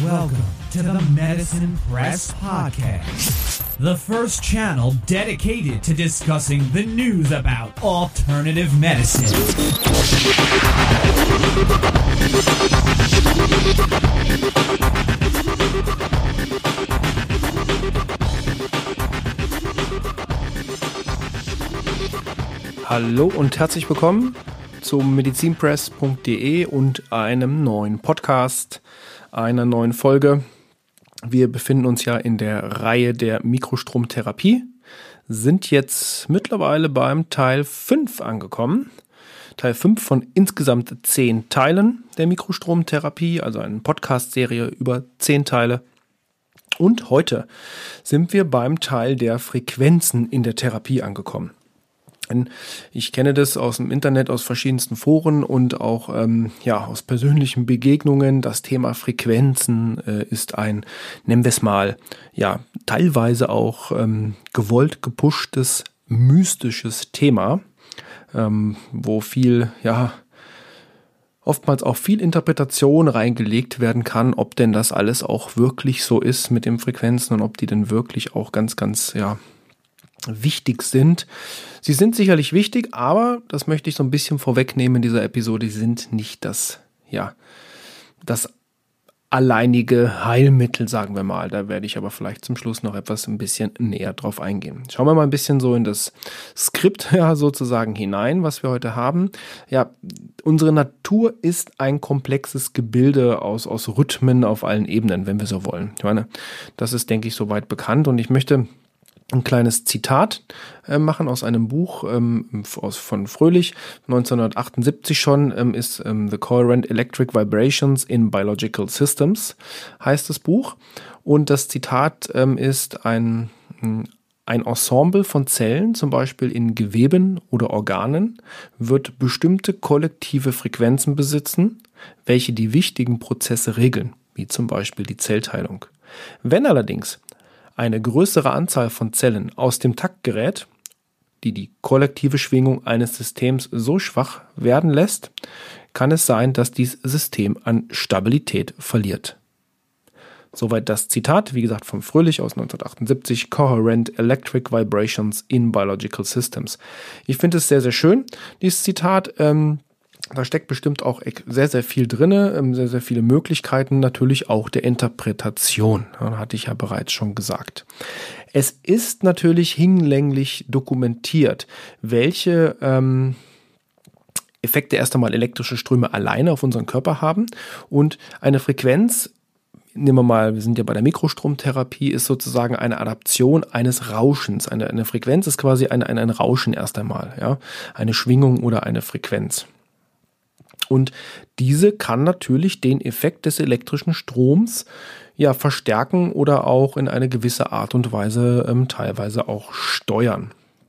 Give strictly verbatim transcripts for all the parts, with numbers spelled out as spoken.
Welcome to the Medicine Press Podcast, the first channel dedicated to discussing the news about alternative medicine. Hallo und herzlich willkommen zum medizinpress punkt de und einem neuen Podcast, einer neuen Folge. Wir befinden uns ja in der Reihe der Mikrostromtherapie, sind jetzt mittlerweile beim Teil fünf angekommen. Teil fünf von insgesamt zehn Teilen der Mikrostromtherapie, also eine Podcast-Serie über zehn Teile. Und heute sind wir beim Teil der Frequenzen in der Therapie angekommen. Ich kenne das aus dem Internet, aus verschiedensten Foren und auch ähm, ja, aus persönlichen Begegnungen. Das Thema Frequenzen äh, ist ein, nennen wir es mal, ja, teilweise auch ähm, gewollt gepushtes, mystisches Thema, ähm, wo viel, ja, oftmals auch viel Interpretation reingelegt werden kann, ob denn das alles auch wirklich so ist mit den Frequenzen und ob die denn wirklich auch ganz, ganz, ja, wichtig sind. Sie sind sicherlich wichtig, aber das möchte ich so ein bisschen vorwegnehmen in dieser Episode, sie sind nicht das, ja, das alleinige Heilmittel, sagen wir mal. Da werde ich aber vielleicht zum Schluss noch etwas ein bisschen näher drauf eingehen. Schauen wir mal ein bisschen so in das Skript ja, sozusagen hinein, was wir heute haben. Ja, unsere Natur ist ein komplexes Gebilde aus, aus Rhythmen auf allen Ebenen, wenn wir so wollen. Ich meine, das ist, denke ich, soweit bekannt und ich möchte ein kleines Zitat äh, machen aus einem Buch ähm, aus, von Fröhlich, neunzehnhundertachtundsiebzig schon, ähm, ist ähm, The Coherent Electric Vibrations in Biological Systems, heißt das Buch. Und das Zitat ähm, ist ein, ein Ensemble von Zellen, zum Beispiel in Geweben oder Organen, wird bestimmte kollektive Frequenzen besitzen, welche die wichtigen Prozesse regeln, wie zum Beispiel die Zellteilung. Wenn allerdings eine größere Anzahl von Zellen aus dem Takt gerät, die die kollektive Schwingung eines Systems so schwach werden lässt, kann es sein, dass dieses System an Stabilität verliert. Soweit das Zitat, wie gesagt, von Fröhlich aus neunzehnhundertachtundsiebzig, Coherent Electric Vibrations in Biological Systems. Ich finde es sehr, sehr schön, dieses Zitat. Ähm, Da steckt bestimmt auch sehr, sehr viel drin, sehr, sehr viele Möglichkeiten, natürlich auch der Interpretation. Ja, hatte ich ja bereits schon gesagt. Es ist natürlich hinlänglich dokumentiert, welche ähm, Effekte erst einmal elektrische Ströme alleine auf unseren Körper haben und eine Frequenz, nehmen wir mal, wir sind ja bei der Mikrostromtherapie, ist sozusagen eine Adaption eines Rauschens. Eine, eine Frequenz ist quasi ein, ein, ein Rauschen erst einmal, ja, eine Schwingung oder eine Frequenz. Und diese kann natürlich den Effekt des elektrischen Stroms ja verstärken oder auch in eine gewisse Art und Weise ähm, teilweise auch steuern.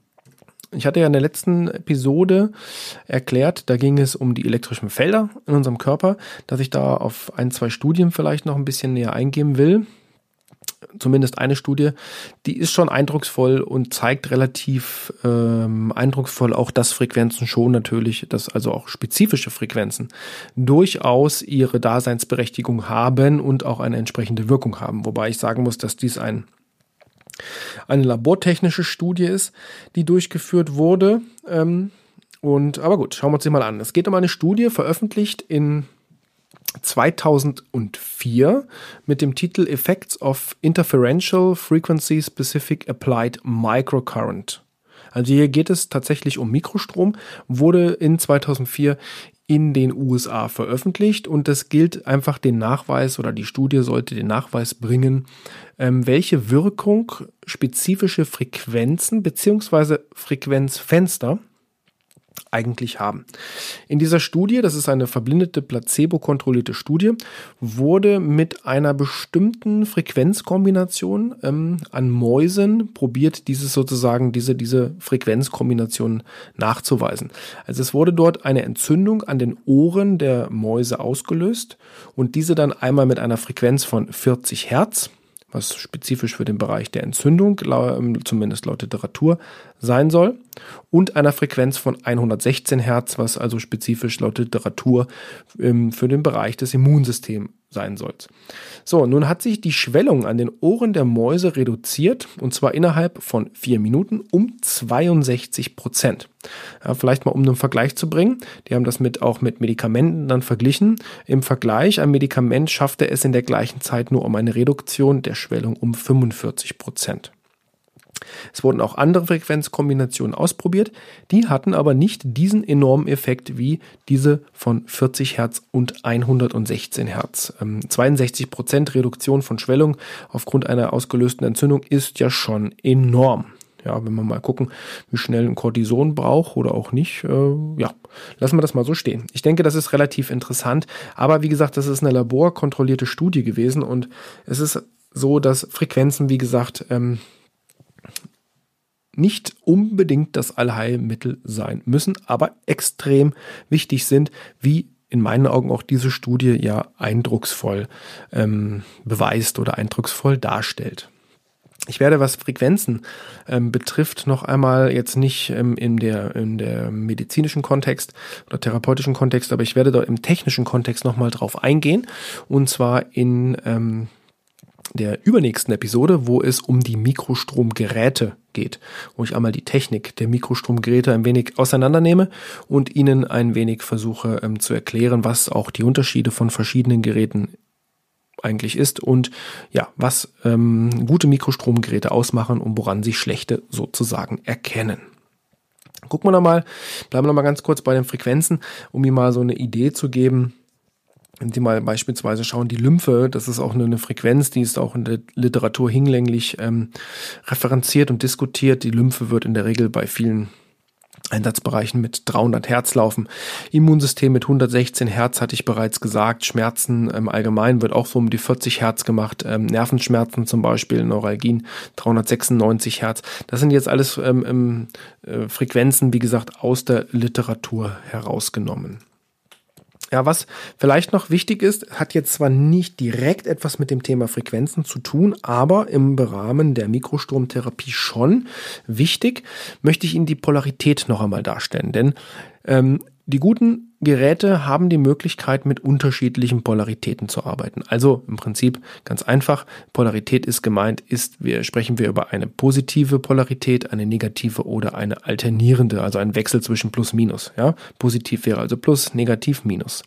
Ich hatte ja in der letzten Episode erklärt, da ging es um die elektrischen Felder in unserem Körper, dass ich da auf ein, zwei Studien vielleicht noch ein bisschen näher eingehen will. Zumindest eine Studie, die ist schon eindrucksvoll und zeigt relativ ähm, eindrucksvoll auch, dass Frequenzen schon natürlich, dass also auch spezifische Frequenzen durchaus ihre Daseinsberechtigung haben und auch eine entsprechende Wirkung haben. Wobei ich sagen muss, dass dies ein, eine labortechnische Studie ist, die durchgeführt wurde. Ähm, und aber gut, schauen wir uns die mal an. Es geht um eine Studie, veröffentlicht in zweitausendvier mit dem Titel Effects of Interferential Frequency Specific Applied Microcurrent. Also hier geht es tatsächlich um Mikrostrom, wurde in zweitausendvier in den U S A veröffentlicht und es gilt einfach den Nachweis oder die Studie sollte den Nachweis bringen, ähm, welche Wirkung spezifische Frequenzen bzw. Frequenzfenster eigentlich haben. In dieser Studie, das ist eine verblindete, placebo-kontrollierte Studie, wurde mit einer bestimmten Frequenzkombination ähm, an Mäusen probiert, dieses sozusagen, diese, diese Frequenzkombination nachzuweisen. Also es wurde dort eine Entzündung an den Ohren der Mäuse ausgelöst und diese dann einmal mit einer Frequenz von vierzig Hertz, was spezifisch für den Bereich der Entzündung, zumindest laut Literatur, sein soll, und einer Frequenz von hundertsechzehn Hertz, was also spezifisch laut Literatur für den Bereich des Immunsystems sein soll. So, nun hat sich die Schwellung an den Ohren der Mäuse reduziert, und zwar innerhalb von vier Minuten um zweiundsechzig Prozent. Ja, vielleicht mal um einen Vergleich zu bringen, die haben das mit, auch mit Medikamenten dann verglichen. Im Vergleich, ein Medikament schaffte es in der gleichen Zeit nur um eine Reduktion der Schwellung um fünfundvierzig Prozent. Es wurden auch andere Frequenzkombinationen ausprobiert, die hatten aber nicht diesen enormen Effekt wie diese von vierzig Hertz und hundertsechzehn Hertz. Ähm, zweiundsechzig Prozent Reduktion von Schwellung aufgrund einer ausgelösten Entzündung ist ja schon enorm. Ja, wenn wir mal gucken, wie schnell ein Cortison braucht oder auch nicht, äh, ja, lassen wir das mal so stehen. Ich denke, das ist relativ interessant, aber wie gesagt, das ist eine laborkontrollierte Studie gewesen und es ist so, dass Frequenzen, wie gesagt, ähm, nicht unbedingt das Allheilmittel sein müssen, aber extrem wichtig sind, wie in meinen Augen auch diese Studie ja eindrucksvoll ähm, beweist oder eindrucksvoll darstellt. Ich werde, was Frequenzen ähm, betrifft, noch einmal jetzt nicht ähm, in der in der medizinischen Kontext oder therapeutischen Kontext, aber ich werde da im technischen Kontext noch mal drauf eingehen, und zwar in ähm, der übernächsten Episode, wo es um die Mikrostromgeräte geht, wo ich einmal die Technik der Mikrostromgeräte ein wenig auseinandernehme und Ihnen ein wenig versuche ähm, zu erklären, was auch die Unterschiede von verschiedenen Geräten eigentlich ist und ja, was ähm, gute Mikrostromgeräte ausmachen und woran sich schlechte sozusagen erkennen. Gucken wir nochmal, bleiben wir nochmal ganz kurz bei den Frequenzen, um Ihnen mal so eine Idee zu geben. Wenn Sie mal beispielsweise schauen, die Lymphe, das ist auch eine Frequenz, die ist auch in der Literatur hinlänglich ähm, referenziert und diskutiert. Die Lymphe wird in der Regel bei vielen Einsatzbereichen mit dreihundert Hertz laufen. Immunsystem mit hundertsechzehn Hertz hatte ich bereits gesagt. Schmerzen im Allgemeinen wird auch so um die vierzig Hertz gemacht. Ähm, Nervenschmerzen zum Beispiel, Neuralgien dreihundertsechsundneunzig Hertz. Das sind jetzt alles ähm, äh, Frequenzen, wie gesagt, aus der Literatur herausgenommen. Ja, was vielleicht noch wichtig ist, hat jetzt zwar nicht direkt etwas mit dem Thema Frequenzen zu tun, aber im Rahmen der Mikrostromtherapie schon wichtig, möchte ich Ihnen die Polarität noch einmal darstellen. Denn ähm, die guten Geräte haben die Möglichkeit, mit unterschiedlichen Polaritäten zu arbeiten. Also im Prinzip ganz einfach, Polarität ist gemeint, ist, wir sprechen wir über eine positive Polarität, eine negative oder eine alternierende, also ein Wechsel zwischen Plus Minus. Ja? Positiv wäre also Plus, negativ Minus.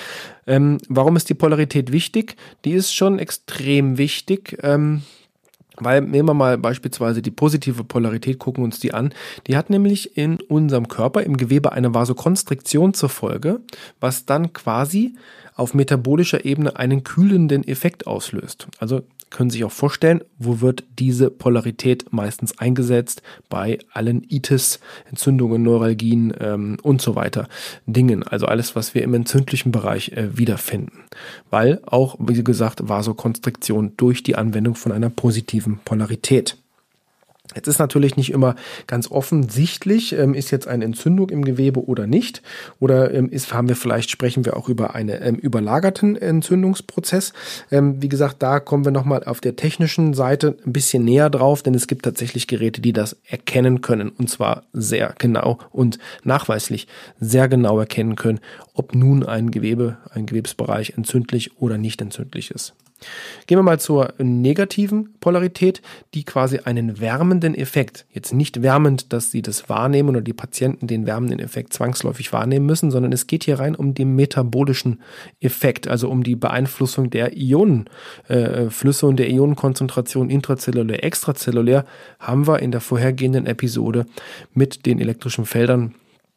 Ähm, warum ist die Polarität wichtig? Die ist schon extrem wichtig, ähm, weil, nehmen wir mal beispielsweise die positive Polarität, gucken uns die an. Die hat nämlich in unserem Körper, im Gewebe, eine Vasokonstriktion zur Folge, was dann quasi auf metabolischer Ebene einen kühlenden Effekt auslöst. Also können Sie sich auch vorstellen, wo wird diese Polarität meistens eingesetzt? Bei allen Itis, Entzündungen, Neuralgien ähm, und so weiter Dingen. Also alles, was wir im entzündlichen Bereich äh, wiederfinden. Weil auch, wie gesagt, Vasokonstriktion durch die Anwendung von einer positiven Polarität. Jetzt ist natürlich nicht immer ganz offensichtlich, ähm, ist jetzt eine Entzündung im Gewebe oder nicht. Oder ähm, ist, haben wir vielleicht, sprechen wir auch über einen ähm, überlagerten Entzündungsprozess. Ähm, wie gesagt, da kommen wir nochmal auf der technischen Seite ein bisschen näher drauf, denn es gibt tatsächlich Geräte, die das erkennen können. Und zwar sehr genau und nachweislich sehr genau erkennen können, ob nun ein Gewebe, ein Gewebsbereich entzündlich oder nicht entzündlich ist. Gehen wir mal zur negativen Polarität, die quasi einen wärmenden Effekt, jetzt nicht wärmend, dass Sie das wahrnehmen oder die Patienten den wärmenden Effekt zwangsläufig wahrnehmen müssen, sondern es geht hier rein um den metabolischen Effekt, also um die Beeinflussung der Ionenflüsse äh, und der Ionenkonzentration intrazellulär, extrazellulär, haben wir in der vorhergehenden Episode mit den elektrischen Feldern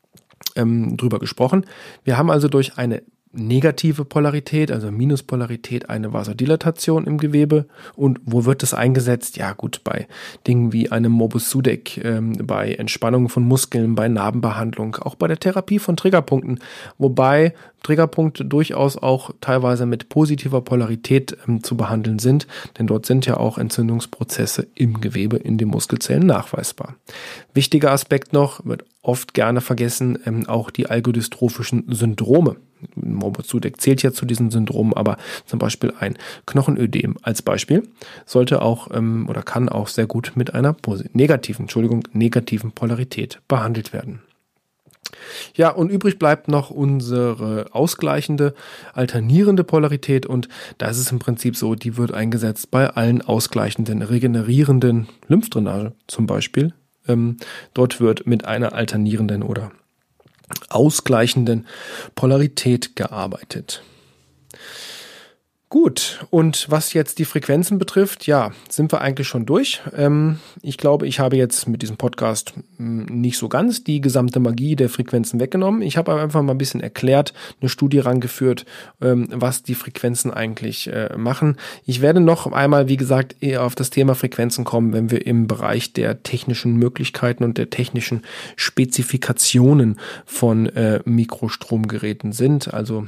ähm, drüber gesprochen. Wir haben also durch eine negative Polarität, also Minuspolarität, eine Vasodilatation im Gewebe. Und wo wird das eingesetzt? Ja gut, bei Dingen wie einem Morbus Sudeck, ähm, bei Entspannung von Muskeln, bei Narbenbehandlung, auch bei der Therapie von Triggerpunkten, wobei Triggerpunkte durchaus auch teilweise mit positiver Polarität ähm, zu behandeln sind, denn dort sind ja auch Entzündungsprozesse im Gewebe, in den Muskelzellen nachweisbar. Wichtiger Aspekt noch, wird oft gerne vergessen, ähm, auch die algodystrophischen Syndrome. Morbus Sudeck zählt ja zu diesen Syndromen, aber zum Beispiel ein Knochenödem als Beispiel sollte auch ähm, oder kann auch sehr gut mit einer negativen, Entschuldigung, negativen Polarität behandelt werden. Ja, und übrig bleibt noch unsere ausgleichende, alternierende Polarität und da ist es im Prinzip so, die wird eingesetzt bei allen ausgleichenden, regenerierenden Lymphdrainage zum Beispiel. Ähm, dort wird mit einer alternierenden oder ausgleichenden Polarität gearbeitet. Gut, und was jetzt die Frequenzen betrifft, ja, sind wir eigentlich schon durch. Ähm, ich glaube, ich habe jetzt mit diesem Podcast mh, nicht so ganz die gesamte Magie der Frequenzen weggenommen. Ich habe aber einfach mal ein bisschen erklärt, eine Studie rangeführt, ähm, was die Frequenzen eigentlich äh, machen. Ich werde noch einmal, wie gesagt, eher auf das Thema Frequenzen kommen, wenn wir im Bereich der technischen Möglichkeiten und der technischen Spezifikationen von äh, Mikrostromgeräten sind. Also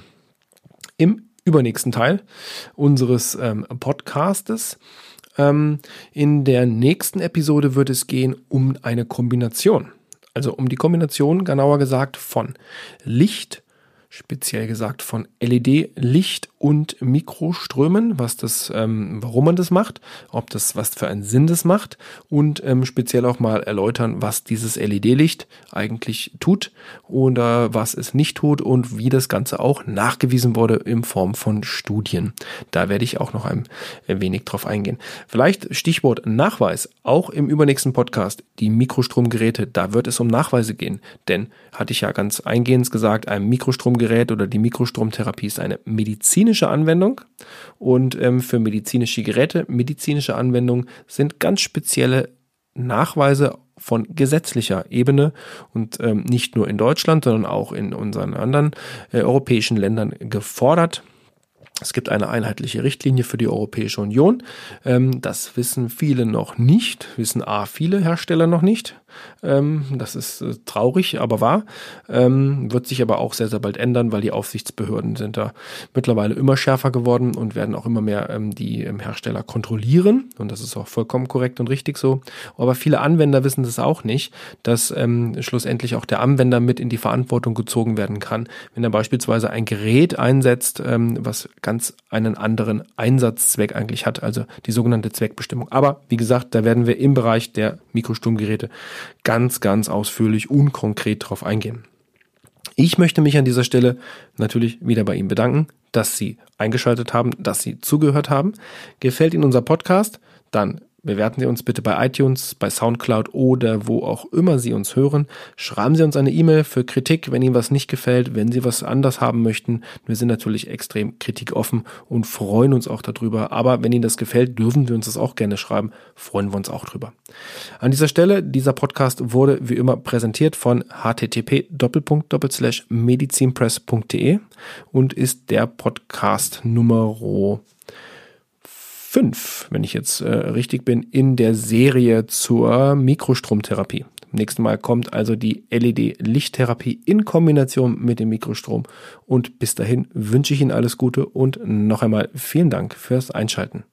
im übernächsten Teil unseres ähm, Podcastes. Ähm, in der nächsten Episode wird es gehen um eine Kombination. Also um die Kombination, genauer gesagt, von Licht, speziell gesagt von L E D-Licht und Mikroströmen, was das, ähm, warum man das macht, ob das, was für einen Sinn das macht und ähm, speziell auch mal erläutern, was dieses L E D-Licht eigentlich tut oder was es nicht tut und wie das Ganze auch nachgewiesen wurde in Form von Studien. Da werde ich auch noch ein wenig drauf eingehen. Vielleicht Stichwort Nachweis, auch im übernächsten Podcast, die Mikrostromgeräte, da wird es um Nachweise gehen, denn, hatte ich ja ganz eingehend gesagt, ein Mikrostromgerät oder die Mikrostromtherapie ist eine medizinische Anwendung und ähm, für medizinische Geräte, medizinische Anwendungen sind ganz spezielle Nachweise von gesetzlicher Ebene und ähm, nicht nur in Deutschland, sondern auch in unseren anderen äh, europäischen Ländern gefordert. Es gibt eine einheitliche Richtlinie für die Europäische Union. Ähm, das wissen viele noch nicht, wissen A, viele Hersteller noch nicht. Ähm, das ist äh, traurig, aber wahr. Ähm, wird sich aber auch sehr, sehr bald ändern, weil die Aufsichtsbehörden sind da mittlerweile immer schärfer geworden und werden auch immer mehr ähm, die ähm, Hersteller kontrollieren. Und das ist auch vollkommen korrekt und richtig so. Aber viele Anwender wissen das auch nicht, dass ähm, schlussendlich auch der Anwender mit in die Verantwortung gezogen werden kann, wenn er beispielsweise ein Gerät einsetzt, ähm, was ganz einen anderen Einsatzzweck eigentlich hat, also die sogenannte Zweckbestimmung. Aber wie gesagt, da werden wir im Bereich der Mikrostromgeräte ganz, ganz ausführlich und konkret drauf eingehen. Ich möchte mich an dieser Stelle natürlich wieder bei Ihnen bedanken, dass Sie eingeschaltet haben, dass Sie zugehört haben. Gefällt Ihnen unser Podcast? Dann bewerten Sie uns bitte bei iTunes, bei Soundcloud oder wo auch immer Sie uns hören. Schreiben Sie uns eine E-Mail für Kritik, wenn Ihnen was nicht gefällt, wenn Sie was anders haben möchten. Wir sind natürlich extrem kritikoffen und freuen uns auch darüber. Aber wenn Ihnen das gefällt, dürfen wir uns das auch gerne schreiben. Freuen wir uns auch drüber. An dieser Stelle, dieser Podcast wurde wie immer präsentiert von h t t p doppelpunkt doppelpunkt slash medizinpress punkt d e und ist der Podcast Nummer fünf, wenn ich jetzt äh, richtig bin, in der Serie zur Mikrostromtherapie. Nächstes Mal kommt also die L E D-Lichttherapie in Kombination mit dem Mikrostrom. Und bis dahin wünsche ich Ihnen alles Gute und noch einmal vielen Dank fürs Einschalten.